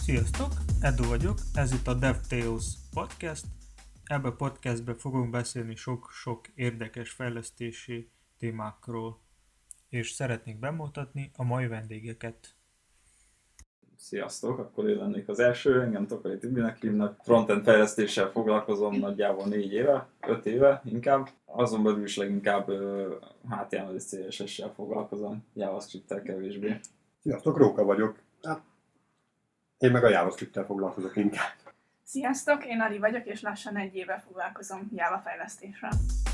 Sziasztok, Edu vagyok, ez itt a DevTales Podcast. Ebben a podcastben fogunk beszélni sok-sok érdekes fejlesztési témákról, és szeretnék bemutatni a mai vendégeket. Sziasztok, akkor én lennék az első, engem Tokaj Tibinek hívnak. Frontend fejlesztéssel foglalkozom nagyjából 4 éve, 5 éve inkább. Azon belül is leginkább HTML és CSS-sel foglalkozom, JavaScript-tel kevésbé. Sziasztok, Róka vagyok. Én meg a JavaScript-tel foglalkozok inkább. Sziasztok, én Ari vagyok, és lassan 1 éve foglalkozom Java fejlesztéssel.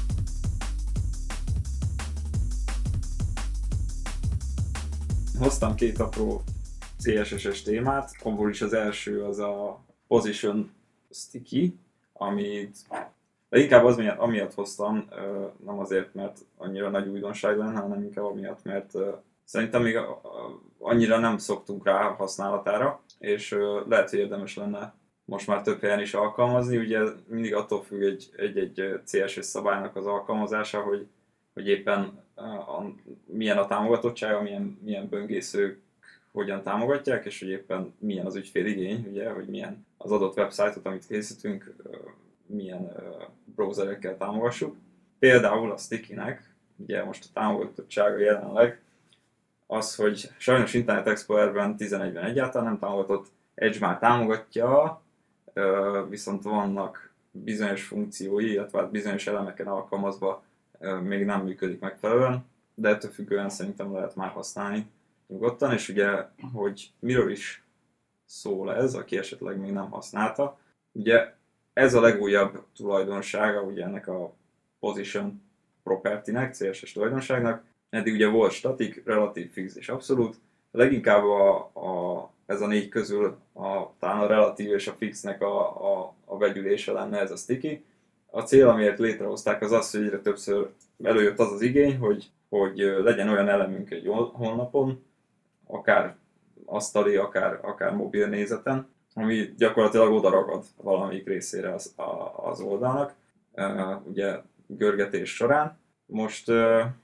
Hoztam 2 apró CSS-es témát, abból is az első az a Position Sticky, amit inkább az amiatt hoztam, nem azért, mert annyira nagy újdonság lenne, hanem inkább amiatt, mert szerintem még annyira nem szoktunk rá használatára, és lehet, hogy érdemes lenne most már több helyen is alkalmazni. Ugye mindig attól függ egy CSS szabálynak az alkalmazása, hogy éppen milyen a támogatottsága, milyen böngészők hogyan támogatják, és hogy éppen milyen az ügyféligény, ugye, hogy milyen az adott website-ot, amit készítünk, milyen browserekkel támogassuk. Például a Sticky-nek, ugye most a támogatottsága jelenleg az, hogy sajnos Internet Explorer-ben 11-ben egyáltalán nem támogatott, Edge már támogatja, viszont vannak bizonyos funkciói, illetve bizonyos elemeken alkalmazva még nem működik megfelelően, de ettől függően szerintem lehet már használni nyugodtan, és ugye, hogy miről is szól ez, aki esetleg még nem használta. Ugye ez a legújabb tulajdonsága ugye ennek a Position Property-nek, CSS tulajdonságnak. Eddig ugye volt static, relatív, fix és abszolút. Leginkább ez a 4 közül talán a relatív és a fixnek a vegyülése lenne ez a sticky. A cél, amiért létrehozták, az az, hogy egyre többször előjött az az igény, hogy legyen olyan elemünk egy honlapon, akár asztali, akár mobil nézeten, ami gyakorlatilag oda ragad valamelyik részére az oldalnak, ugye görgetés során. Most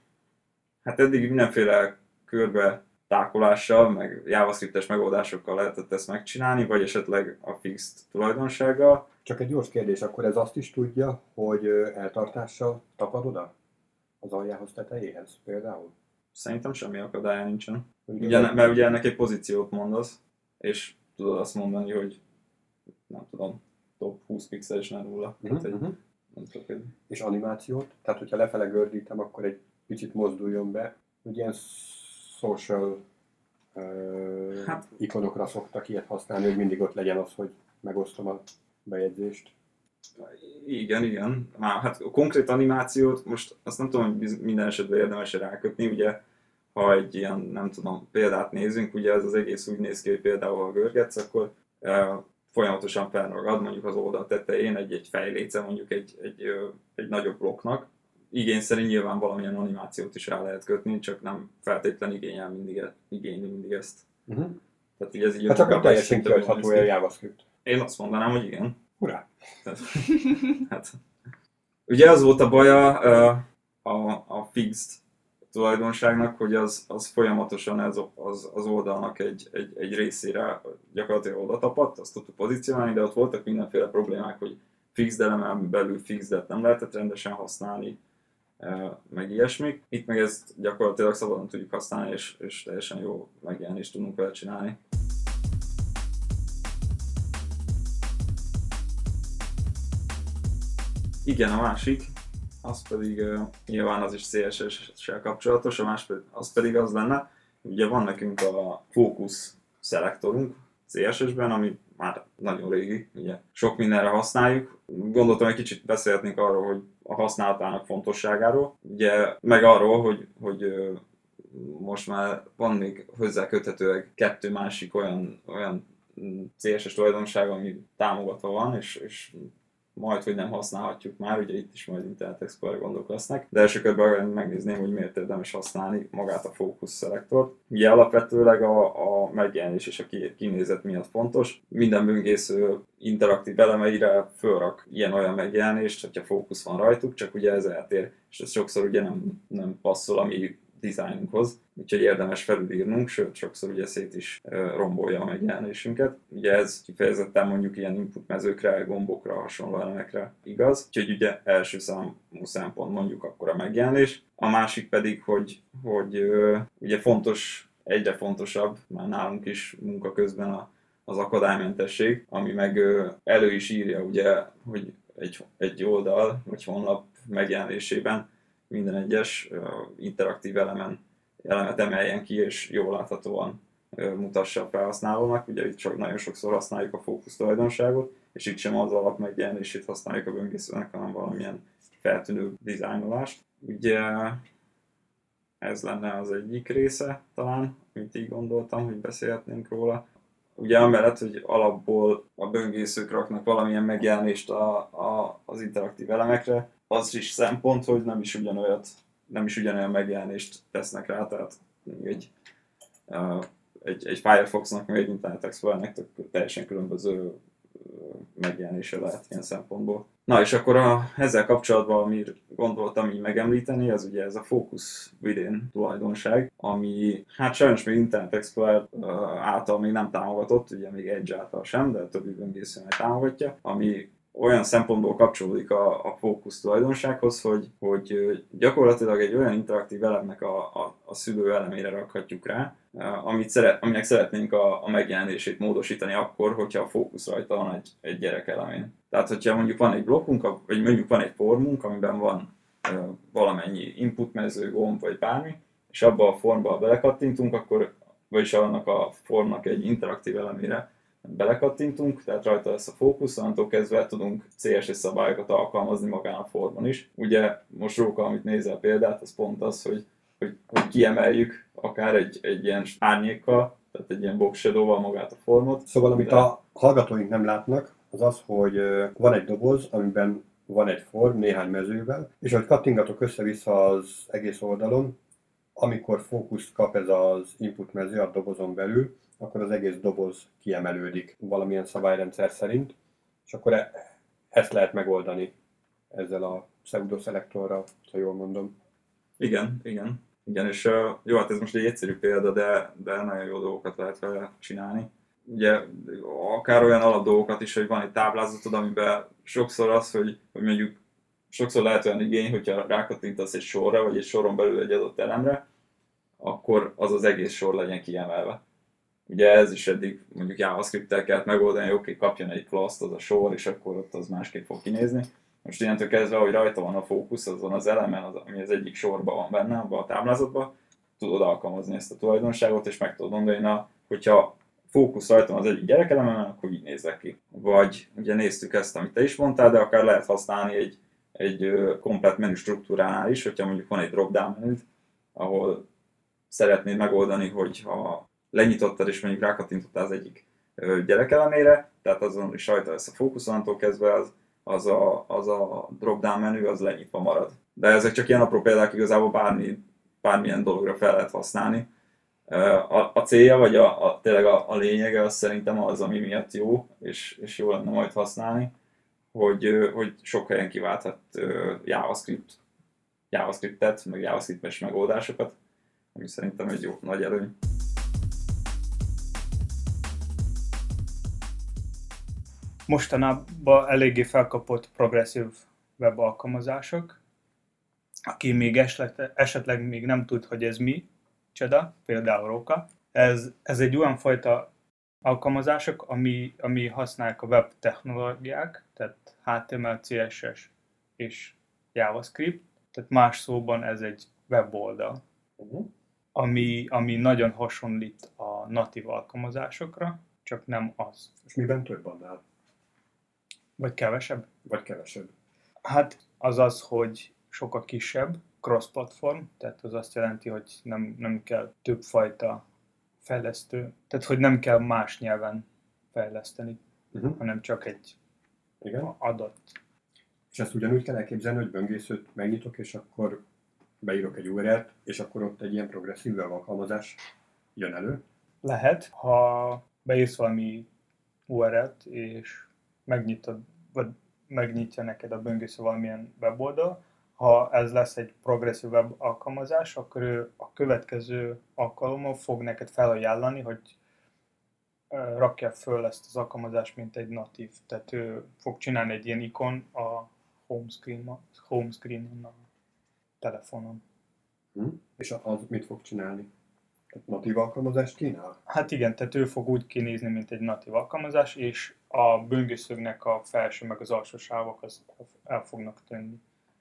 hát eddig mindenféle körbe tákolással, meg JavaScript-es megoldásokkal lehetett ezt megcsinálni, vagy esetleg a fixed tulajdonsággal. Csak egy gyors kérdés, akkor ez azt is tudja, hogy eltartással tapad oda az aljához, tetejéhez például? Szerintem semmi akadálya nincsen. Mert ugye ennek egy pozíciót mondasz, és tudod azt mondani, hogy nem tudom, top 20 pixel és nem róla. És animációt? Tehát, hogyha lefele gördítem, akkor egy picit mozduljon be. Ugye ilyen social ikonokra szoktak ilyet használni, hogy mindig ott legyen az, hogy megosztom a bejegyzést. Igen. Hát a konkrét animációt most azt nem tudom, hogy minden esetben érdemes rákötni, ugye ha egy ilyen, nem tudom, példát nézünk, ugye ez az egész úgy néz ki, hogy például ha görgetsz, akkor folyamatosan felragad mondjuk az oldal tetején egy fejléce mondjuk egy nagyobb blokknak. Igény szerint nyilván valamilyen animációt is rá lehet kötni, csak nem feltétlen igényli mindig ezt. Tehát így ez így hát csak teljesen követható a JavaScript. Én azt mondanám, hogy igen. Hurrá! Hát, ugye az volt a baja a fixed tulajdonságnak, hogy az folyamatosan az oldalnak egy részére gyakorlatilag oda tapadt, azt tudtuk pozícionálni, de ott voltak mindenféle problémák, hogy fixed elemen belül fixedet nem lehetett rendesen használni, meg ilyesmik. Itt meg ezt gyakorlatilag szabadon tudjuk használni, és teljesen jó megjelenést tudunk vele csinálni. Igen, a másik, az pedig nyilván az is CSS-sel kapcsolatos, a másik az pedig az lenne, ugye van nekünk a fókusz szelektorunk CSS-ben, ami már nagyon régi, ugye sok mindenre használjuk. Gondoltam, egy kicsit beszélhetnénk arról, hogy a használatának fontosságáról, ugye meg arról, hogy most már van még hozzá köthetőleg 2 másik olyan CSS tulajdonság, ami támogatva van, és majd, hogy nem használhatjuk már, ugye itt is majd Internet Explorer gondok lesznek, de első körben megnézném, hogy miért érdemes használni magát a fókusz szelektort. Ugye alapvetőleg a megjelenés és a kinézet miatt fontos. Minden böngésző interaktív elemeire fölrak ilyen-olyan megjelenést, hogyha fókusz van rajtuk, csak ugye ez eltér, és ez sokszor ugye nem passzol a mi dizájnunkhoz, úgyhogy érdemes felülírnunk, sőt, sokszor ugye szét is rombolja a megjelenésünket. Ugye ez kifejezetten mondjuk ilyen input mezőkre, gombokra, hasonló elemekre igaz, úgyhogy ugye első számú szempont mondjuk akkor a megjelenés. A másik pedig, hogy ugye fontos, egyre fontosabb, már nálunk is munka közben az akadálymentesség, ami meg elő is írja ugye, hogy egy oldal vagy honlap megjelenésében minden egyes interaktív elemet emeljen ki, és jól láthatóan mutassa a felhasználónak. Ugye itt nagyon sokszor használjuk a fókusz tulajdonságot, és itt sem az alap megjelenését használjuk a böngészőnek, hanem valamilyen feltűnő dizájnolást. Ugye ez lenne az egyik része talán, amit így gondoltam, hogy beszélhetnénk róla. Ugye amellett, hogy alapból a böngészők raknak valamilyen megjelenést az interaktív elemekre, az is szempont, hogy nem is ugyanolyan megjelenést tesznek rá, tehát egy Firefoxnak, meg egy Internet Explorernek teljesen különböző megjelenése lehet ilyen szempontból. Na és akkor ezzel kapcsolatban, amit gondoltam így megemlíteni, az ugye ez a Focus Within tulajdonság, ami hát sajnos még Internet Explorer által még nem támogatott, ugye még Edge által sem, de a többi böngészőnek támogatja, ami olyan szempontból kapcsolódik a fókusz tulajdonsághoz, hogy gyakorlatilag egy olyan interaktív elemnek a szülő elemére rakhatjuk rá, aminek szeretnénk a megjelenését módosítani akkor, hogyha a fókusz rajta van egy gyerek elemén. Tehát, hogyha mondjuk van egy blokkunk, vagy mondjuk van egy formunk, amiben van valamennyi input mező, gomb vagy bármi, és abba a formba belekattintunk, akkor, vagyis annak a formnak egy interaktív elemére belekattintunk, tehát rajta lesz a fókusz, onnantól kezdve tudunk CSS szabályokat alkalmazni magán a formon is. Ugye most Róka, amit nézel példát, az pont az, hogy kiemeljük akár egy ilyen árnyékkal, tehát egy ilyen box shadow-val magát a formot. Szóval amit a hallgatóink nem látnak, az az, hogy van egy doboz, amiben van egy form néhány mezővel, és ahogy kattingatok össze-vissza az egész oldalon, amikor fókuszt kap ez az input mező a dobozon belül, akkor az egész doboz kiemelődik valamilyen szabályrendszer szerint, és akkor ezt lehet megoldani ezzel a pseudoszelektorral, ha jól mondom. Igen, és jó, hát ez most egy egyszerű példa, de nagyon jó dolgokat lehet vele csinálni. Ugye akár olyan alapdolgokat is, hogy van egy táblázatod, amiben sokszor az, hogy mondjuk sokszor lehet olyan igény, hogyha rákattintasz egy sorra, vagy egy soron belül egy adott elemre, akkor az egész sor legyen kiemelve. Ugye ez is eddig mondjuk JavaScript-tel kellett megoldani, hogy oké, kapjon egy class-t az a sor, és akkor ott az másképp fog kinézni. Most innentől kezdve, hogy rajta van a fókusz, azon az elemen, ami az egyik sorban van benne, abban a táblázatban, tudod alkalmazni ezt a tulajdonságot, és meg tudod mondani, hogyha fókusz rajta van az egyik gyerekelemen, akkor így nézek ki. Vagy ugye néztük ezt, amit te is mondtál, de akár lehet használni egy komplett menü struktúránál is, hogyha mondjuk van egy drop-down menüd, ahol szeretnéd megoldani, hogy ha lenyitottad és mondjuk rákattintottál az egyik gyerekelemére, tehát azon is rajta lesz a fókusz, onnantól kezdve az a drop-down menü az lenyitva marad. De ezek csak ilyen apró példák, igazából bármilyen dologra fel lehet használni. A célja, vagy tényleg a lényege az szerintem az, ami miatt jó, és jó lenne majd használni, hogy sok helyen kiválthat JavaScript-et, meg JavaScript-es megoldásokat, ami szerintem egy jó nagy előny. Mostanában eléggé felkapott progresszív web alkalmazások. Aki még esetleg még nem tud, hogy ez mi, csoda, például Róka. Ez egy olyan fajta alkalmazások, ami használják a web technológiák, tehát HTML, CSS és JavaScript. Tehát más szóban ez egy weboldal, ami nagyon hasonlít a natív alkalmazásokra, csak nem az. És miben több annál? Vagy kevesebb? Vagy kevesebb? Hát az, hogy sokkal kisebb, cross-platform, tehát az azt jelenti, hogy nem kell többfajta fejlesztő, tehát hogy nem kell más nyelven fejleszteni, hanem csak egy adat. És ezt ugyanúgy kell elképzelni, hogy böngészőt megnyitok, és akkor beírok egy URL-t, és akkor ott egy ilyen progresszív web alkalmazás jön elő? Lehet, ha beírsz valami URL-t, és megnyitod, vagy megnyitja neked a böngésző valamilyen weboldal, ha ez lesz egy progresszív web alkalmazás, akkor ő a következő alkalommal fog neked felajánlani, hogy rakja föl ezt az alkalmazást, mint egy natív. Tehát ő fog csinálni egy ilyen ikon a home screen-on a telefonon. És az mit fog csinálni? Tehát natív alkalmazást kínál? Hát igen, tehát ő fog úgy kinézni, mint egy natív alkalmazás, és a böngészőgnek a felső meg az alsó sávok az el fognak tűnni.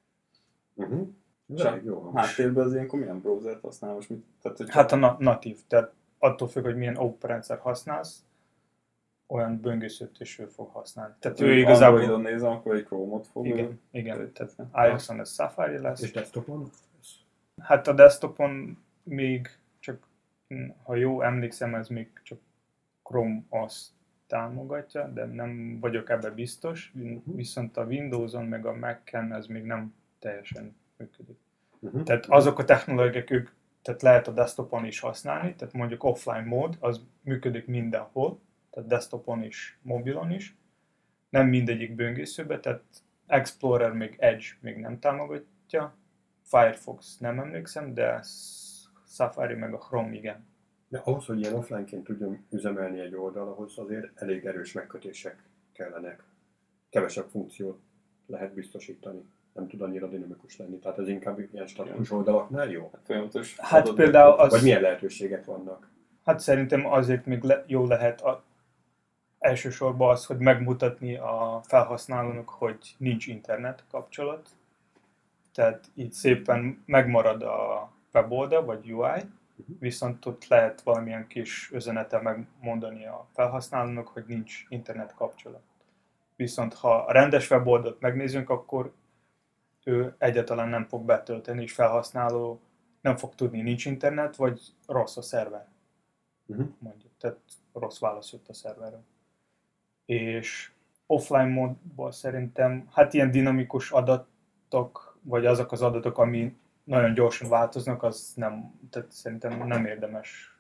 Ez elég jó. Háttérben az ilyenkor milyen browsert használ most? Tehát, hogy Hát a natív, tehát attól függ, hogy milyen operarendszer használsz, olyan böngészőt is ő fog használni. Tehát ő igazából... Androidon nézem, akkor egy Chrome-ot fog. Igen, tehát iOS-on ez Safari lesz. És desktopon? Hát a desktopon még csak, ha jó emlékszem, ez még csak Chrome OS támogatja, de nem vagyok ebben biztos, viszont a Windows-on meg a Mac-en ez még nem teljesen működik. Tehát azok a technológiák, ők, tehát lehet a desktopon is használni, tehát mondjuk offline mód, az működik mindenhol, tehát desktopon is, mobilon is, nem mindegyik böngészőbe, tehát Explorer még Edge még nem támogatja, Firefox nem emlékszem, de Safari meg a Chrome igen. De ahhoz, hogy ilyen offline-ként tudjon üzemelni egy oldal, ahhoz azért elég erős megkötések kellenek. Kevesebb funkciót lehet biztosítani. Nem tud annyira dinamikus lenni. Tehát ez inkább ilyen statikus oldalaknál jó? Folyamatos. Hát például az... Vagy milyen lehetőségek vannak? Hát szerintem azért még jó lehet elsősorban az, hogy megmutatni a felhasználónak, hogy nincs internet kapcsolat. Tehát így szépen megmarad a weboldal vagy UI, viszont ott lehet valamilyen kis üzenete megmondani a felhasználónak, hogy nincs internet kapcsolat. Viszont ha a rendes weboldalt megnézzünk, akkor ő egyáltalán nem fog betölteni, és felhasználó nem fog tudni, nincs internet, vagy rossz a szerver. Mondjuk, tehát rossz válasz jött a szerverről. És offline módban szerintem, hát ilyen dinamikus adatok, vagy azok az adatok, ami nagyon gyorsan változnak, az nem, tehát szerintem nem érdemes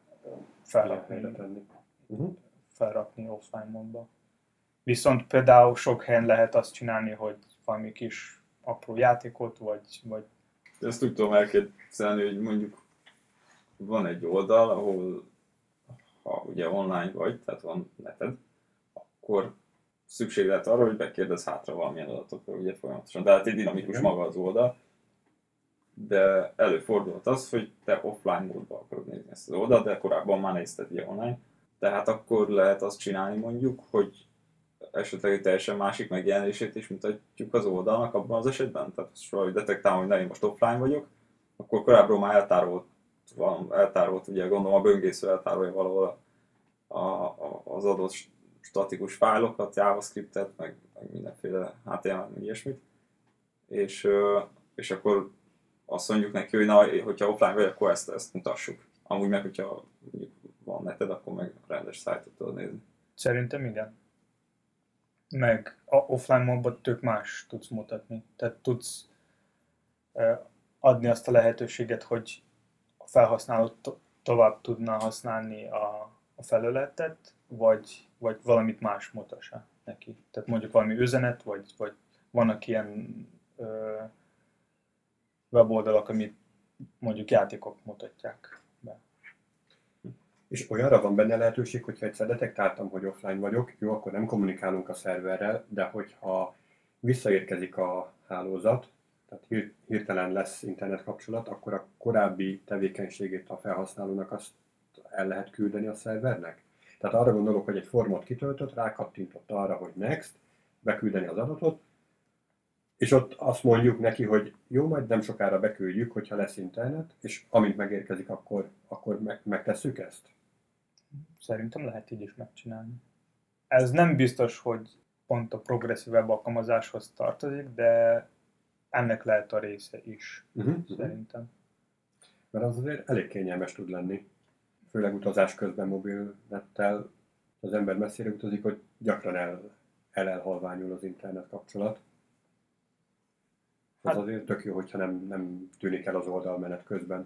felrakni offline módba. Viszont például sok helyen lehet azt csinálni, hogy valami kis apró játékot, vagy... Ezt úgy tudom elképzelni, hogy mondjuk van egy oldal, ahol ha ugye online vagy, tehát van neted, akkor szükség lehet arra, hogy bekérdez hátra valamilyen adatokról, ugye folyamatosan. De hát egy dinamikus maga az oldal. De előfordulhat az, hogy te offline módban akarod nézni ezt az oldalt, de korábban már nézted ugye online. Tehát akkor lehet azt csinálni mondjuk, hogy esetleg egy teljesen másik megjelenését is mutatjuk az oldalnak abban az esetben. Tehát hogy detektálom, hogy én most offline vagyok, akkor korábban már eltárolt ugye gondolom a böngésző eltárolja valahol az adott statikus fájlokat, JavaScriptet, meg mindenféle HTML, meg ilyesmit. És akkor azt mondjuk neki, hogy na, hogyha offline vagy, akkor ezt mutassuk. Amúgy meg, hogyha mondjuk van neted, akkor meg rendes szájtot tudod nézni. Szerintem igen. Meg a offline módban tök más tudsz mutatni. Tehát tudsz adni azt a lehetőséget, hogy a felhasználó tovább tudna használni a felületet, vagy valamit más mutassa neki. Tehát mondjuk valami üzenet, vagy vannak ilyen weboldalak, amit mondjuk játékok mutatják be. És olyanra van benne lehetőség, hogyha egyszer detektáltam, hogy offline vagyok, jó, akkor nem kommunikálunk a szerverrel, de hogyha visszaérkezik a hálózat, tehát hirtelen lesz internet kapcsolat, akkor a korábbi tevékenységét a felhasználónak azt el lehet küldeni a szervernek. Tehát arra gondolok, hogy egy formot kitöltött, rákattintott arra, hogy next, beküldeni az adatot, és ott azt mondjuk neki, hogy jó, majd nem sokára beküldjük, hogyha lesz internet, és amint megérkezik, akkor megtesszük ezt? Szerintem lehet így is megcsinálni. Ez nem biztos, hogy pont a progresszív web alkalmazáshoz tartozik, de ennek lehet a része is, szerintem. Mert az azért elég kényelmes tud lenni. Főleg utazás közben mobilnettel az ember messzire utazik, hogy gyakran elhalványul az internet kapcsolat. Az azért tök jó, hogyha nem tűnik el az oldal menet közben.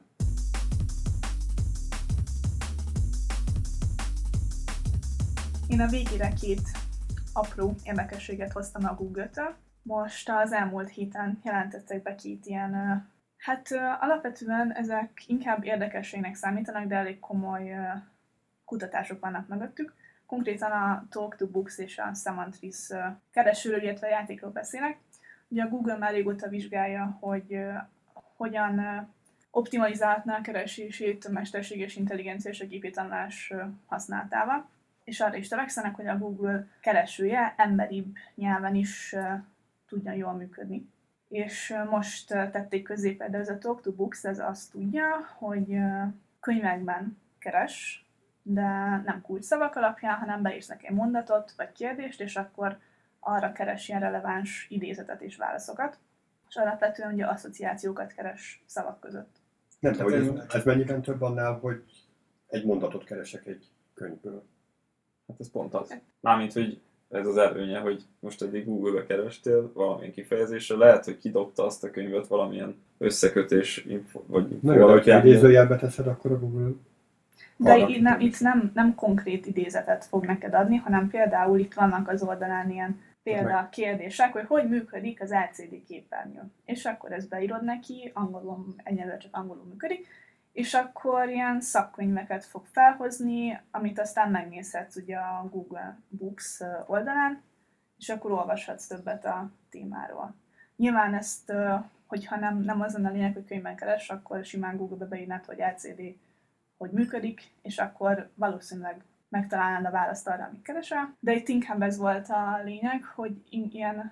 Én a végére 2 apró érdekességet hoztam a Google-től. most az elmúlt héten jelentettek be 2 ilyen, alapvetően ezek inkább érdekességnek számítanak, de elég komoly kutatások vannak mögöttük. Konkrétan a Talk to Books és a Semantris keresőről, illetve játékról beszélnek. Ugye a Google már régóta vizsgálja, hogy hogyan optimalizálhatná a keresését a mesterséges intelligencia és a gépi tanulás használatával. És arra is törekszenek, hogy a Google keresője emberibb nyelven is tudjon jól működni. És most tették közzé például ez a Talk to Books, ez azt tudja, hogy könyvekben keres, de nem kulcsszavak alapján, hanem beírsz neki egy mondatot vagy kérdést, és akkor arra keres ilyen releváns idézetet és válaszokat. És alapvetően ugye asszociációkat keres szavak között. Nem, tehát ez mennyiben több annál, hogy egy mondatot keresek egy könyvből? Hát ez pont az. Mármint, hogy ez az előnye, hogy most eddig Google-be kerestél valamilyen kifejezésre, lehet, hogy kidobta azt a könyvet valamilyen összekötés vagy info alapján. Ha idézőjelbe teszed, akkor a Google... De itt nem konkrét idézetet fog neked adni, hanem például itt vannak az oldalán ilyen kérdések, hogy működik az LCD képernyő. És akkor ezt beírod neki, angolul, egyelőre csak angolul működik, és akkor ilyen szakkönyveket fog felhozni, amit aztán megnézhetsz ugye a Google Books oldalán, és akkor olvashatsz többet a témáról. Nyilván ezt, hogyha nem azon a lényeg, hogy könyvben keres, akkor simán Google-be beírnád, hogy LCD hogy működik, és akkor valószínűleg megtalálnád a választ arra, amit keresel. De itt inkább ez volt a lényeg, hogy ilyen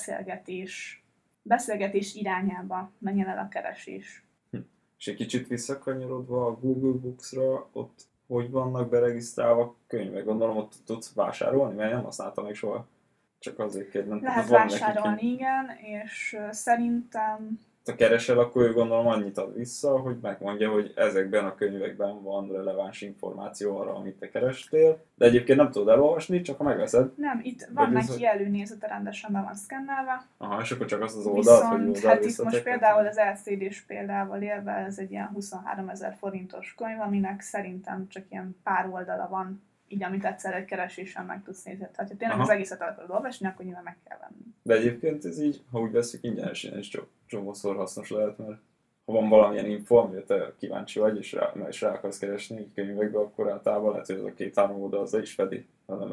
beszélgetés irányába menjen el a keresés. És egy kicsit visszakanyarodva a Google Books-ra, ott hogy vannak beregisztrálva könyvek? Gondolom, ott tudsz vásárolni, mert nem használtam még soha. Csak azért kérdem. Lehet vásárolni, igen, és szerintem... Ha keresel, akkor ő gondolom annyit ad vissza, hogy megmondja, hogy ezekben a könyvekben van releváns információ arra, amit te kerestél. De egyébként nem tudod elolvasni, csak ha megveszed. Nem, itt van neki előnézete, rendesen be van szkennelve. Aha, és akkor csak azt az oldalt, hogy viszont hát itt most például az LCD-s példával élve, ez egy ilyen 23 000 forintos könyv, aminek szerintem csak ilyen pár oldala van, így amit egyszer egy keresésen meg tudsz nézni. Ha tényleg az egészet el akarod olvasni, akkor nyilván meg kell venni. De egyébként ez így, ha úgy veszük, ingyenesen is csomószor hasznos lehet, mert ha van valamilyen info, amire te kíváncsi vagy, és rá akarsz keresni egy könyvekbe, akkor általában lehet, hogy az a 2-3 oldal azzal is fedi, hanem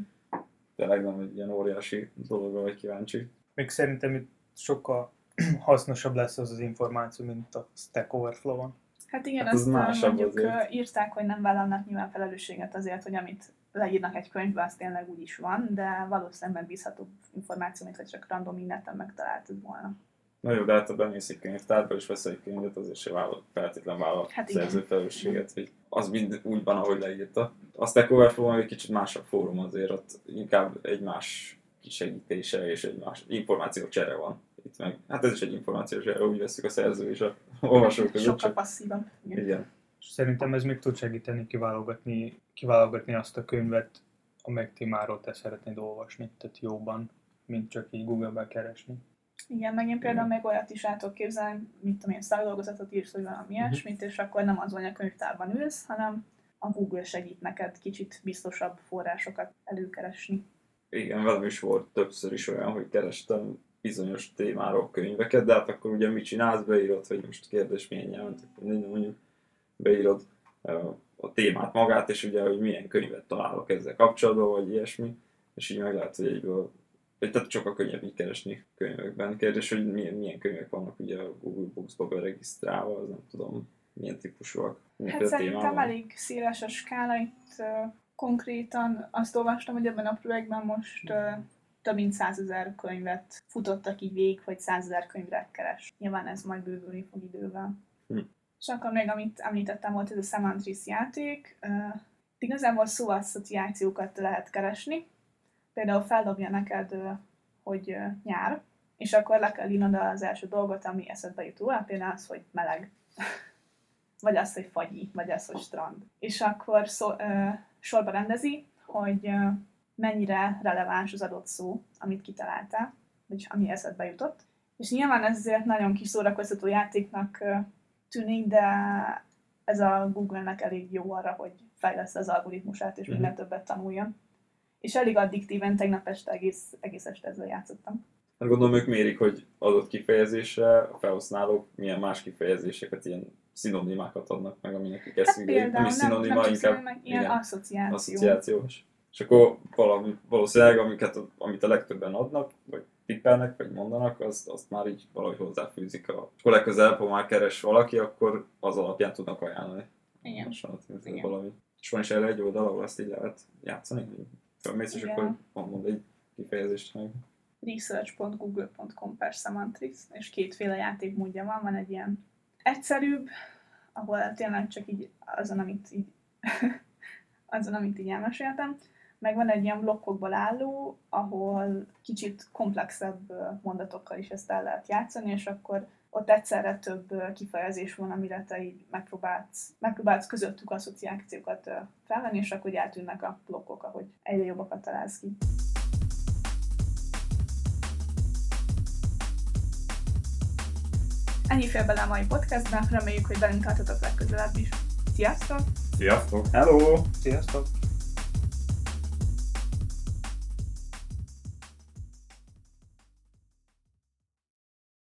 tényleg nem egy ilyen óriási dologra vagy kíváncsi. Még szerintem itt sokkal hasznosabb lesz az információ, mint a Stack Overflow-on. Hát igen, azt mondjuk írták, hogy nem vállalnak nyilván felelősséget azért, hogy amit leírnak egy könyvbe, az tényleg úgy is van, de valószínűleg bízhatóbb információ, mint hogy csak random inneten megtaláltad volna. Na jó, de hát ha bemész egy könyvtárba és veszel egy könyvet, azért se feltétlenül vállal szerző felelősséget, hogy az mind úgy van, ahogy leírta. A Stack Overflow egy kicsit másabb fórum azért, ott inkább egy más kisegítése és egy más információcsere van. Itt meg, hát ez is egy információcsere, úgy veszük a szerző és a olvasó között. Sokkal passzívabb. Igen. Szerintem ez még tud segíteni kiválogatni azt a könyvet, amely témáról te szeretnéd olvasni, tehát jóban, mint csak így Google-ben keresni. Igen, meg én például még olyat is el tudok képzelni, mint tudom én, szakdolgozatot írsz, vagy valami ilyesmit, és akkor nem az, hogy a könyvtárban ülsz, hanem a Google segít neked kicsit biztosabb forrásokat előkeresni. Igen, velem is volt többször is olyan, hogy kerestem bizonyos témáról könyveket, de hát akkor ugye mit csinálsz, beírod, hogy most kérdés milyen nyelven, mondjuk beírod a témát magát, és ugye, hogy milyen könyvet találok ezzel kapcsolatban, vagy ilyesmi, és így meg lehet, hogy egyből, tehát sokkal könnyebb így keresni könyvekben. Kérdés, hogy milyen könyvek vannak ugye a Google Books-ba beregisztrálva, az nem tudom, milyen típusúak. Hát szerintem elég széles a skála, itt konkrétan azt olvastam, hogy ebben a projektben most több mint 100 000 könyvet futottak így végig, hogy 100 000 könyvre keres. Nyilván ez majd bővülni fog idővel. És akkor még, amit említettem, volt ez a Semantris játék. Igazából szóasszociációkat lehet keresni. Például feldobja neked, hogy nyár, és akkor le kell írnod az első dolgot, ami eszedbe jut róla, például az, hogy meleg. Vagy az, hogy fagyi, vagy az, hogy strand. És akkor sorba rendezi, hogy mennyire releváns az adott szó, amit kitaláltál, vagy ami eszedbe jutott. És nyilván ez azért nagyon kis szórakoztató játéknak tűnik, de ez a Google-nek elég jó arra, hogy fejleszt az algoritmusát, és minél többet tanuljon. És elég addiktíven, tegnap este egész este ezzel játszottam. Hát gondolom ők mérik, hogy adott kifejezésre a felhasználók milyen más kifejezéseket, ilyen szinonimákat adnak meg, ami nekik eszükbe jut. Nem is szinonima, inkább ilyen igen, asszociáció. asszociációs. És akkor valószínűleg, amit a legtöbben adnak, vagy tippelnek, vagy mondanak, azt már így valahogy hozzáfűzik. És akkor legközelebb, ha már keres valaki, akkor az alapján tudnak ajánlani. Igen. Igen. Valami. És van is erre egy oldal, ahol azt így lehet játszani, hogy felmész, és akkor mond egy kifejezést meg. research.google.com/semantrix, és kétféle játékmódja van. Van egy ilyen egyszerűbb, ahol tényleg csak így azon, amit így elmeséltem, meg van egy ilyen blokkokból álló, ahol kicsit komplexebb mondatokkal is ezt el lehet játszani, és akkor ott egyszerre több kifejezés van, amire te így megpróbálsz közöttük asszociációkat felvenni, és akkor eltűnnek a blokkok, ahogy egyre jobbakat találsz ki. Ennyi fér bele a mai podcastben, reméljük, hogy velünk tartotok legközelebb is. Sziasztok! Sziasztok! Hello! Sziasztok!